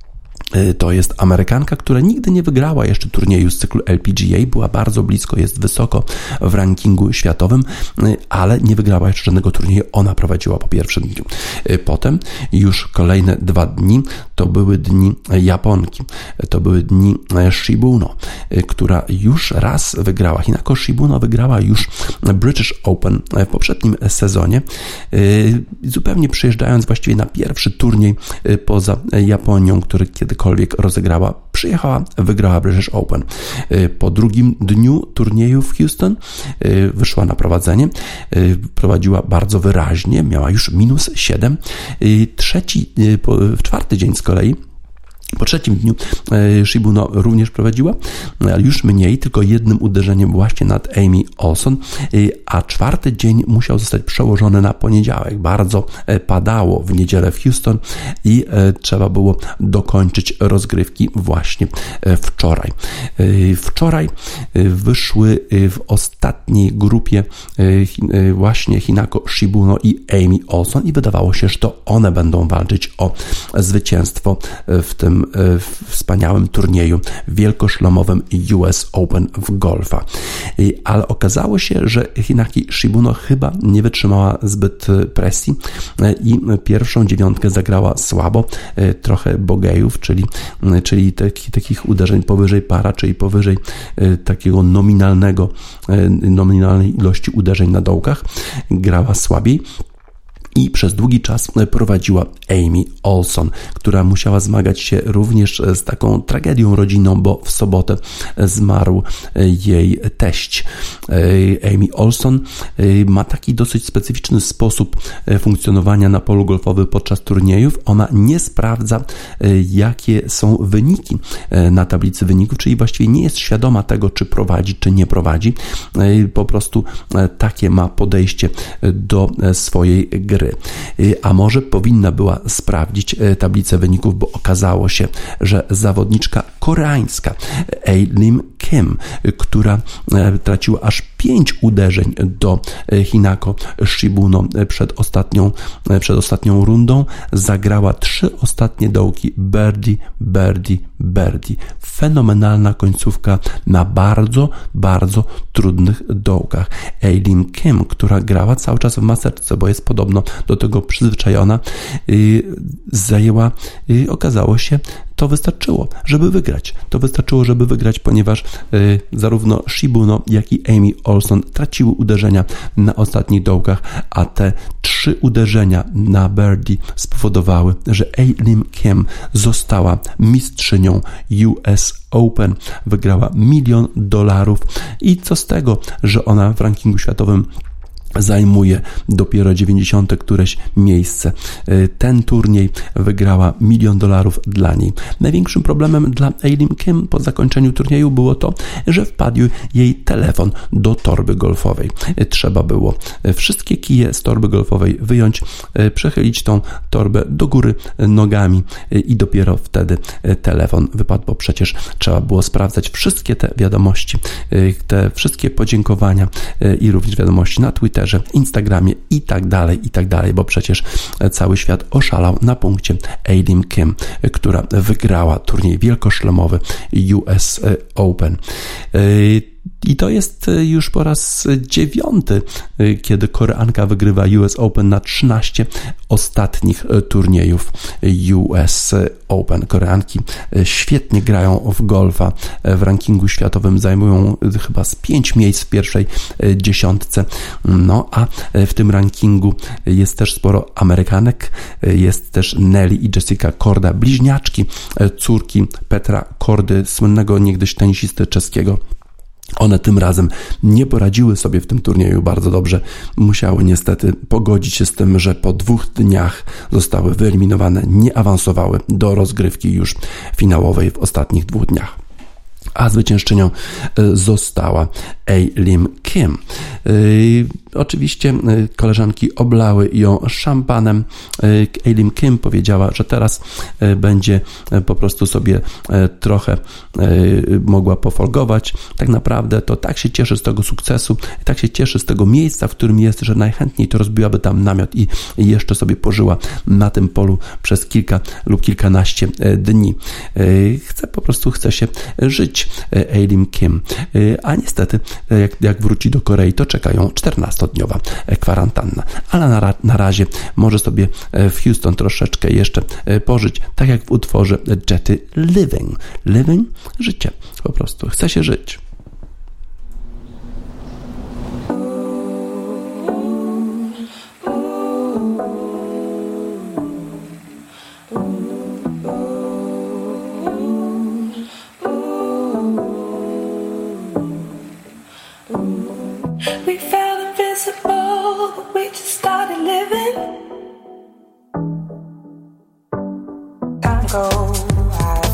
To jest Amerykanka, która nigdy nie wygrała jeszcze turnieju z cyklu L P G A, była bardzo blisko, jest wysoko w rankingu światowym, ale nie wygrała jeszcze żadnego turnieju, ona prowadziła po pierwszym dniu. Potem już kolejne dwa dni to były dni Japonki, to były dni Shibuno, która już raz wygrała. Hinako Shibuno wygrała już British Open w poprzednim sezonie, zupełnie przyjeżdżając właściwie na pierwszy turniej poza Japonią, który kiedykolwiek rozegrała, przyjechała, wygrała British Open. Po drugim dniu turnieju w Houston wyszła na prowadzenie, prowadziła bardzo wyraźnie, miała już minus siedem. Trzeci, czwarty dzień z kolei Po trzecim dniu Shibuno również prowadziła, ale już mniej, tylko jednym uderzeniem właśnie nad Amy Olson, a czwarty dzień musiał zostać przełożony na poniedziałek. Bardzo padało w niedzielę w Houston i trzeba było dokończyć rozgrywki właśnie wczoraj. Wczoraj wyszły w ostatniej grupie właśnie Hinako Shibuno i Amy Olson i wydawało się, że to one będą walczyć o zwycięstwo w tym wspaniałym turnieju wielkoszlemowym U S Open w golfa. Ale okazało się, że Hinaki Shibuno chyba nie wytrzymała zbyt presji i pierwszą dziewiątkę zagrała słabo, trochę bogejów, czyli, czyli taki, takich uderzeń powyżej para, czyli powyżej takiego nominalnego, nominalnej ilości uderzeń na dołkach. Grała słabiej. I przez długi czas prowadziła Amy Olson, która musiała zmagać się również z taką tragedią rodzinną, bo w sobotę zmarł jej teść. Amy Olson ma taki dosyć specyficzny sposób funkcjonowania na polu golfowym podczas turniejów. Ona nie sprawdza, jakie są wyniki na tablicy wyników, czyli właściwie nie jest świadoma tego, czy prowadzi, czy nie prowadzi. Po prostu takie ma podejście do swojej gry. A może powinna była sprawdzić tablicę wyników, bo okazało się, że zawodniczka koreańska Lim Kim, która traciła aż pięć uderzeń do Hinako Shibuno przed ostatnią, przed ostatnią rundą, zagrała trzy ostatnie dołki birdie, birdie, birdie. Fenomenalna końcówka na bardzo, bardzo trudnych dołkach. Lim Kim, która grała cały czas w maseczce, bo jest podobno do tego przyzwyczajona, zajęła, okazało się, to wystarczyło, żeby wygrać. To wystarczyło, żeby wygrać, ponieważ y, zarówno Shibuno, jak i Amy Olson traciły uderzenia na ostatnich dołkach, a te trzy uderzenia na birdie spowodowały, że Lim Kim została mistrzynią U S Open. Wygrała milion dolarów i co z tego, że ona w rankingu światowym zajmuje dopiero dziewięćdziesiąte któreś miejsce. Ten turniej wygrała milion dolarów dla niej. Największym problemem dla Lim Kim po zakończeniu turnieju było to, że wpadł jej telefon do torby golfowej. Trzeba było wszystkie kije z torby golfowej wyjąć, przechylić tą torbę do góry nogami i dopiero wtedy telefon wypadł, bo przecież trzeba było sprawdzać wszystkie te wiadomości, te wszystkie podziękowania i również wiadomości na Twitterze, Instagramie i tak dalej, i tak dalej, bo przecież cały świat oszalał na punkcie Lim Kim, która wygrała turniej wielkoszlemowy U S Open. I to jest już po raz dziewiąty, kiedy Koreanka wygrywa U S Open na trzynaście ostatnich turniejów U S Open. Koreanki świetnie grają w golfa. W rankingu światowym zajmują chyba z pięć miejsc w pierwszej dziesiątce. No a w tym rankingu jest też sporo Amerykanek. Jest też Nelly i Jessica Korda, bliźniaczki, córki Petra Kordy, słynnego niegdyś tenisisty czeskiego. One tym razem nie poradziły sobie w tym turnieju bardzo dobrze. Musiały niestety pogodzić się z tym, że po dwóch dniach zostały wyeliminowane, nie awansowały do rozgrywki już finałowej w ostatnich dwóch dniach. A zwyciężczynią została Lim Kim. Yy, oczywiście koleżanki oblały ją szampanem. Lim Kim powiedziała, że teraz będzie po prostu sobie trochę mogła pofolgować. Tak naprawdę to tak się cieszy z tego sukcesu, tak się cieszy z tego miejsca, w którym jest, że najchętniej to rozbiłaby tam namiot i jeszcze sobie pożyła na tym polu przez kilka lub kilkanaście dni. Chce po prostu, chce się żyć Lim Kim, a niestety jak, jak wróci do Korei, to czeka ją czternastodniowa kwarantanna, ale na, na razie może sobie w Houston troszeczkę jeszcze pożyć, tak jak w utworze Jetty Living. Living? Życie. Po prostu. Chce się żyć. We felt invisible, but we just started living. Time goes, I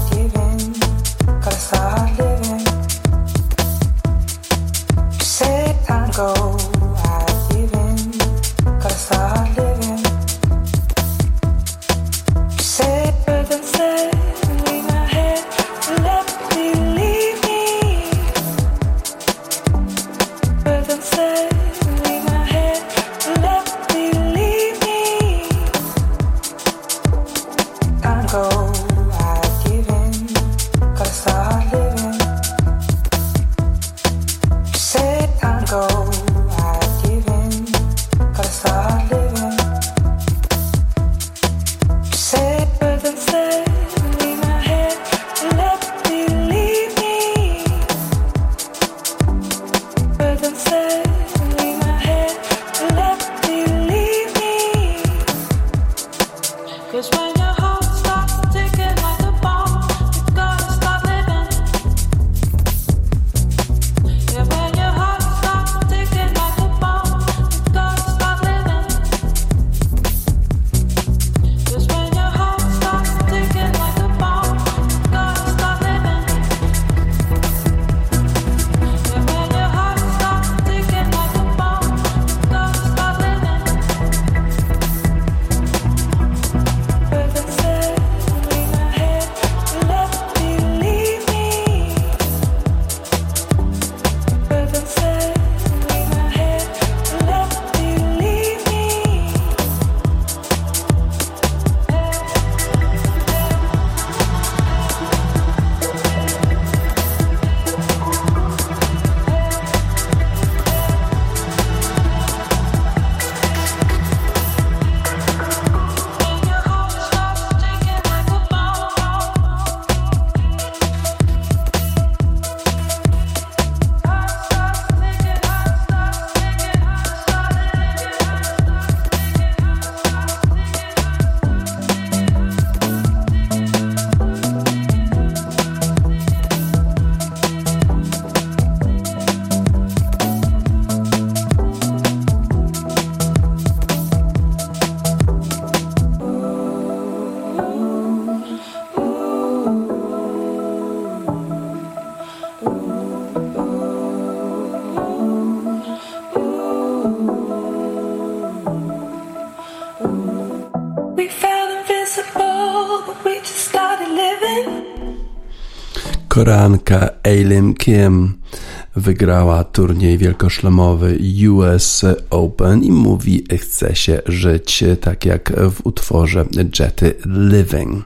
Koreanka Eileen Kim wygrała turniej wielkoszlemowy U S Open i mówi, chce się żyć tak jak w utworze Jetty Living.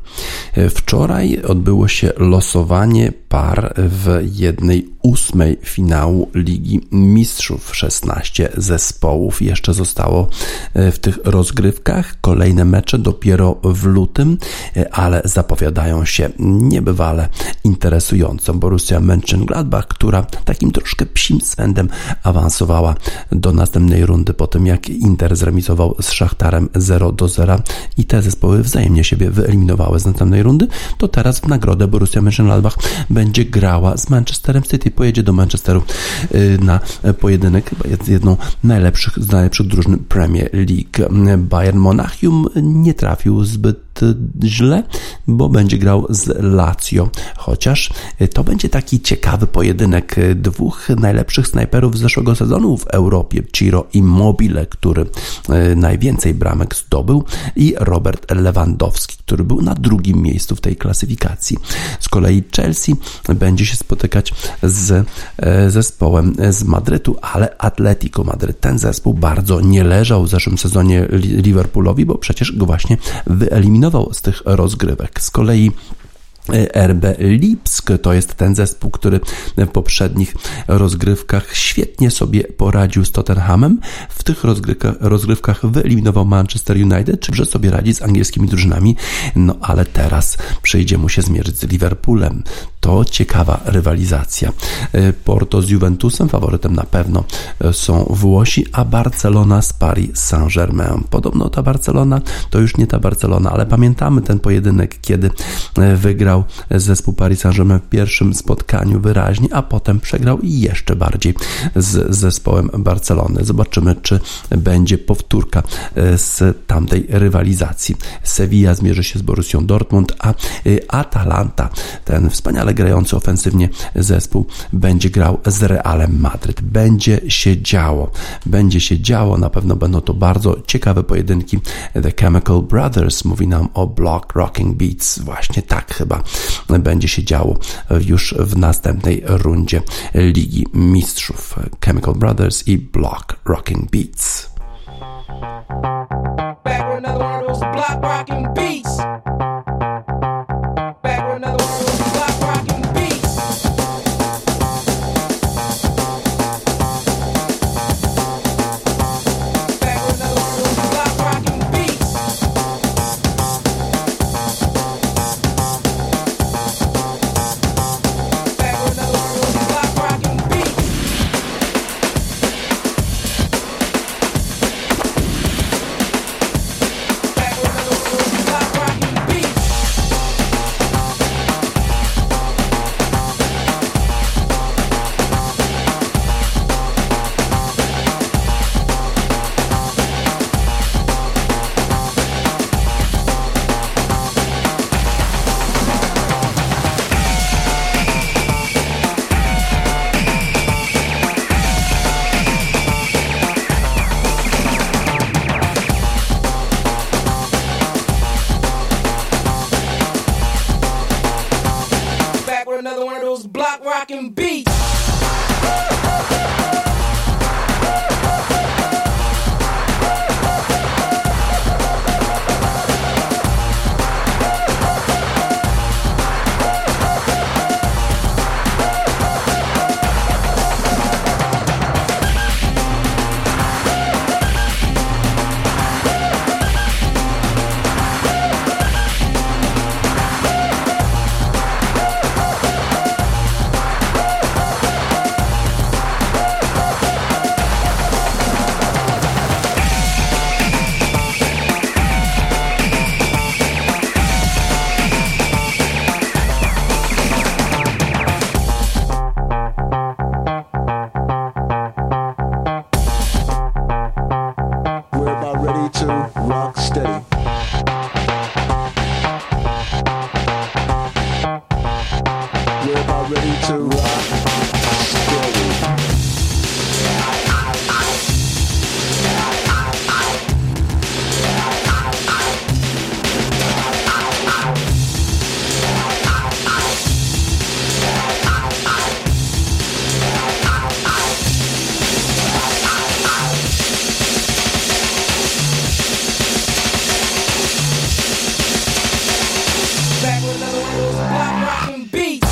Wczoraj odbyło się losowanie par w jednej ósmej finału Ligi Mistrzów. szesnaście zespołów jeszcze zostało w tych rozgrywkach. Kolejne mecze dopiero w lutym, ale zapowiadają się niebywale interesująco. Borussia Mönchengladbach, która takim troszkę psim swędem awansowała do następnej rundy po tym, jak Inter zremisował z Szachtarem zero do zera i te zespoły wzajemnie siebie wyeliminowały z następnej rundy, to teraz w nagrodę Borussia Mönchengladbach będzie grała z Manchesterem City. Pojedzie do Manchesteru na pojedynek, chyba jest jedną najlepszych, z najlepszych drużyn Premier League. Bayern Monachium nie trafił zbyt źle, bo będzie grał z Lazio, chociaż to będzie taki ciekawy pojedynek dwóch najlepszych snajperów z zeszłego sezonu w Europie, Ciro Immobile, który najwięcej bramek zdobył, i Robert Lewandowski, który był na drugim miejscu w tej klasyfikacji. Z kolei Chelsea będzie się spotykać z zespołem z Madrytu, ale Atletico Madryt, ten zespół bardzo nie leżał w zeszłym sezonie Liverpoolowi, bo przecież go właśnie wyeliminował z tych rozgrywek. Z kolei R B Lipsk to jest ten zespół, który w poprzednich rozgrywkach świetnie sobie poradził z Tottenhamem. W tych rozgrywkach, rozgrywkach wyeliminował Manchester United, czy sobie radzi z angielskimi drużynami, no ale teraz przyjdzie mu się zmierzyć z Liverpoolem. To ciekawa rywalizacja. Porto z Juventusem, faworytem na pewno są Włosi, a Barcelona z Paris Saint-Germain. Podobno ta Barcelona to już nie ta Barcelona, ale pamiętamy ten pojedynek, kiedy wygrał zagrał zespół Paris Saint-Germain w pierwszym spotkaniu wyraźnie, a potem przegrał i jeszcze bardziej z zespołem Barcelony. Zobaczymy, czy będzie powtórka z tamtej rywalizacji. Sevilla zmierzy się z Borussią Dortmund, a Atalanta, ten wspaniale grający ofensywnie zespół, będzie grał z Realem Madryt. Będzie się działo. Będzie się działo. Na pewno będą to bardzo ciekawe pojedynki. The Chemical Brothers mówi nam o Block Rocking Beats. Właśnie tak chyba będzie się działo już w następnej rundzie Ligi Mistrzów. Chemical Brothers i Block Rocking Beats. Back with another one of those block rocking beats. Back with another one of those block rocking beats. Back with another one of those block rocking beats. Back with another one of those block rocking beats. Back with another one of those block rocking beats. Back with another one of those block rocking beats. We're about ready to rock steady. We're about ready to rock steady. Back with another one of those block rocking beats.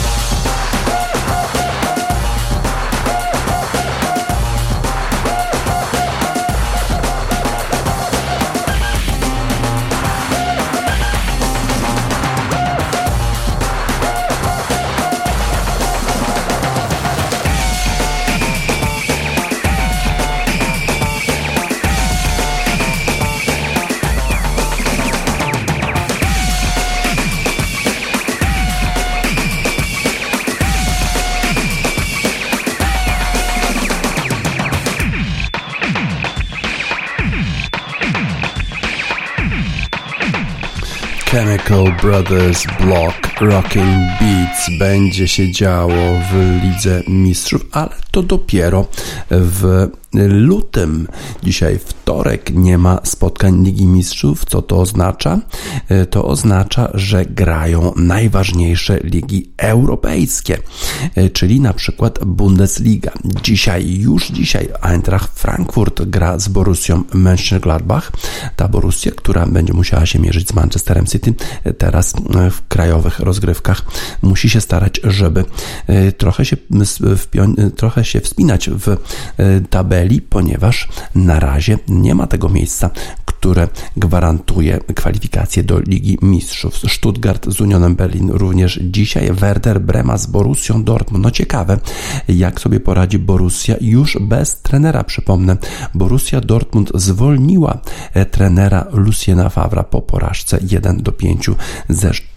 Chemical Brothers Block Rocking Beats. Będzie się działo w Lidze Mistrzów, ale to dopiero w lutym. Dzisiaj wtorek, nie ma spotkań Ligi Mistrzów. Co to oznacza? To oznacza, że grają najważniejsze ligi europejskie, czyli na przykład Bundesliga. Dzisiaj, już dzisiaj Eintracht Frankfurt gra z Borussią Mönchengladbach. Ta Borussia, która będzie musiała się mierzyć z Manchesterem City, teraz w krajowych rozgrywkach musi się starać, żeby trochę się, trochę się wspinać w tabeli, ponieważ na razie nie ma tego miejsca, które gwarantuje kwalifikację do Ligi Mistrzów. Stuttgart z Unionem Berlin również dzisiaj, Werder Brema z Borussią Dortmund. No ciekawe, jak sobie poradzi Borussia już bez trenera. Przypomnę, Borussia Dortmund zwolniła trenera Luciena Favra po porażce jeden do pięciu ze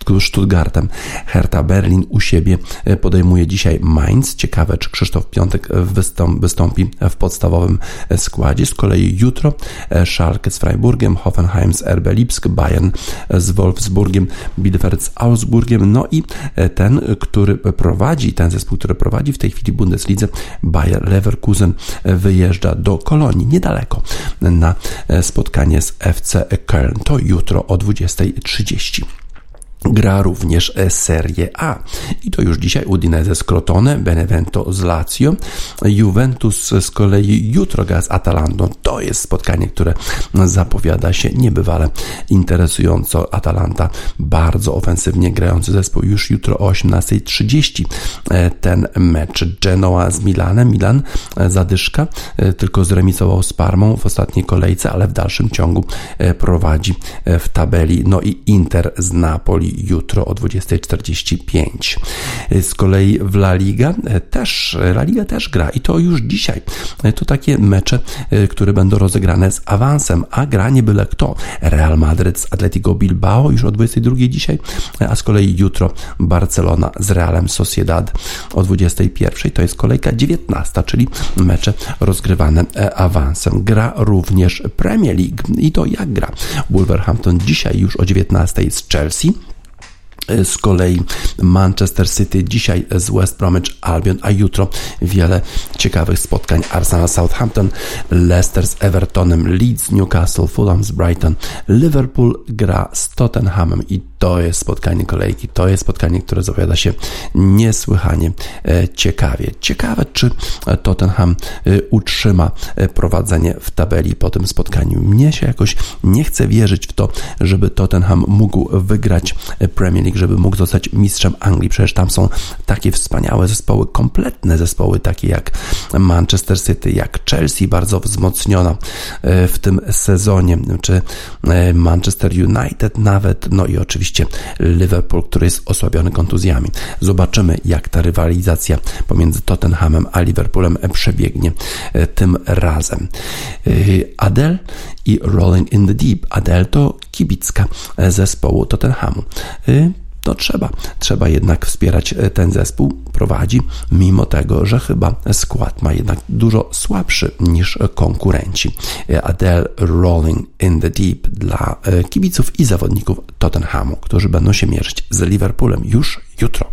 Stuttgartem. Hertha Berlin u siebie podejmuje dzisiaj Mainz. Ciekawe, czy Krzysztof Piątek wystąp, wystąpi w podstawowym składzie. Z kolei jutro Schalke z Freiburgiem, Hoffenheim z R B Lipsk, Bayern z Wolfsburgiem, Bielefeld z Augsburgiem, no i ten, który prowadzi, ten zespół, który prowadzi w tej chwili Bundeslidze, Bayer Leverkusen, wyjeżdża do Kolonii, niedaleko, na spotkanie z F C Köln. To jutro o dwudziestej trzydzieści. Gra również Serie A i to już dzisiaj Udinese z Crotone, Benevento z Lazio, Juventus z kolei jutro gra z Atalantą. To jest spotkanie, które zapowiada się niebywale interesująco. Atalanta bardzo ofensywnie grający zespół, już jutro o osiemnastej trzydzieści ten mecz. Genoa z Milanem, Milan zadyszka, tylko zremisował z Parmą w ostatniej kolejce, ale w dalszym ciągu prowadzi w tabeli. No i Inter z Napoli jutro o dwudziestej czterdzieści pięć. Z kolei w La Liga też, La Liga też gra i to już dzisiaj. To takie mecze, które będą rozegrane z awansem, a gra nie byle kto. Real Madryt z Atletico Bilbao już o dwudziestej drugiej dzisiaj, a z kolei jutro Barcelona z Realem Sociedad o dwudziestej pierwszej. To jest kolejka dziewiętnasta, czyli mecze rozgrywane awansem. Gra również Premier League i to jak gra? Wolverhampton dzisiaj już o dziewiętnastej z Chelsea. Z kolei Manchester City dzisiaj z West Bromwich Albion, a jutro wiele ciekawych spotkań. Arsenal Southampton, Leicester z Evertonem, Leeds, Newcastle, Fulham z Brighton, Liverpool gra z Tottenhamem i to jest spotkanie kolejki, to jest spotkanie, które zapowiada się niesłychanie ciekawie. Ciekawe, czy Tottenham utrzyma prowadzenie w tabeli po tym spotkaniu. Mnie się jakoś nie chce wierzyć w to, żeby Tottenham mógł wygrać Premier League, żeby mógł zostać mistrzem Anglii. Przecież tam są takie wspaniałe zespoły, kompletne zespoły, takie jak Manchester City, jak Chelsea, bardzo wzmocniona w tym sezonie, czy Manchester United nawet, no i oczywiście Liverpool, który jest osłabiony kontuzjami. Zobaczymy, jak ta rywalizacja pomiędzy Tottenhamem a Liverpoolem przebiegnie tym razem. Adele i Rolling in the Deep. Adele to kibicka zespołu Tottenhamu. No trzeba, trzeba jednak wspierać ten zespół. Prowadzi, mimo tego, że chyba skład ma jednak dużo słabszy niż konkurenci. Adele Rolling in the Deep dla kibiców i zawodników Tottenhamu, którzy będą się mierzyć z Liverpoolem już jutro.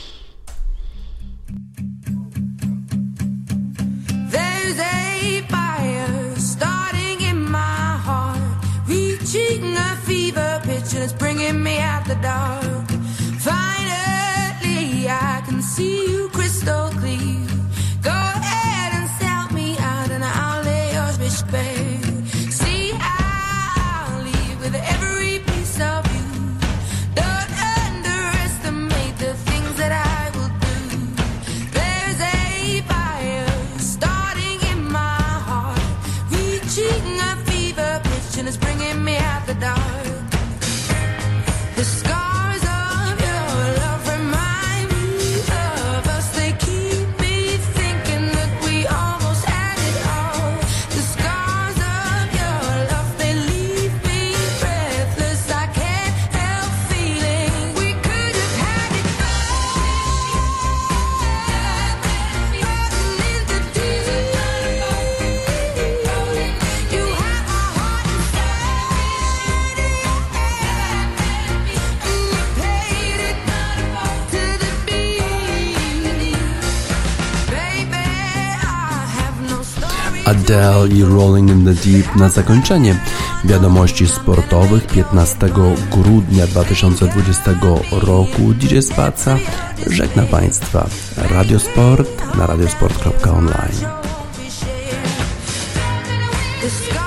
Finally, I can see you crystal clear. Go ahead and sell me out and I'll lay your bitch bare. See, I'll leave with every piece of you. Don't underestimate the things that I will do. There's a fire starting in my heart, reaching a fever pitch and it's bringing me out the dark. The scars of your love remind me of us. They keep me thinking that we almost had it all. The scars of your love, they leave me breathless. I can't help feeling we could have had it all. Rolling in the deep. You have my heart inside. Adele i Rolling in the Deep na zakończenie wiadomości sportowych piętnastego grudnia dwa tysiące dwudziestego roku. D J Spaca żegna Państwa. Radiosport na radiosport kropka online.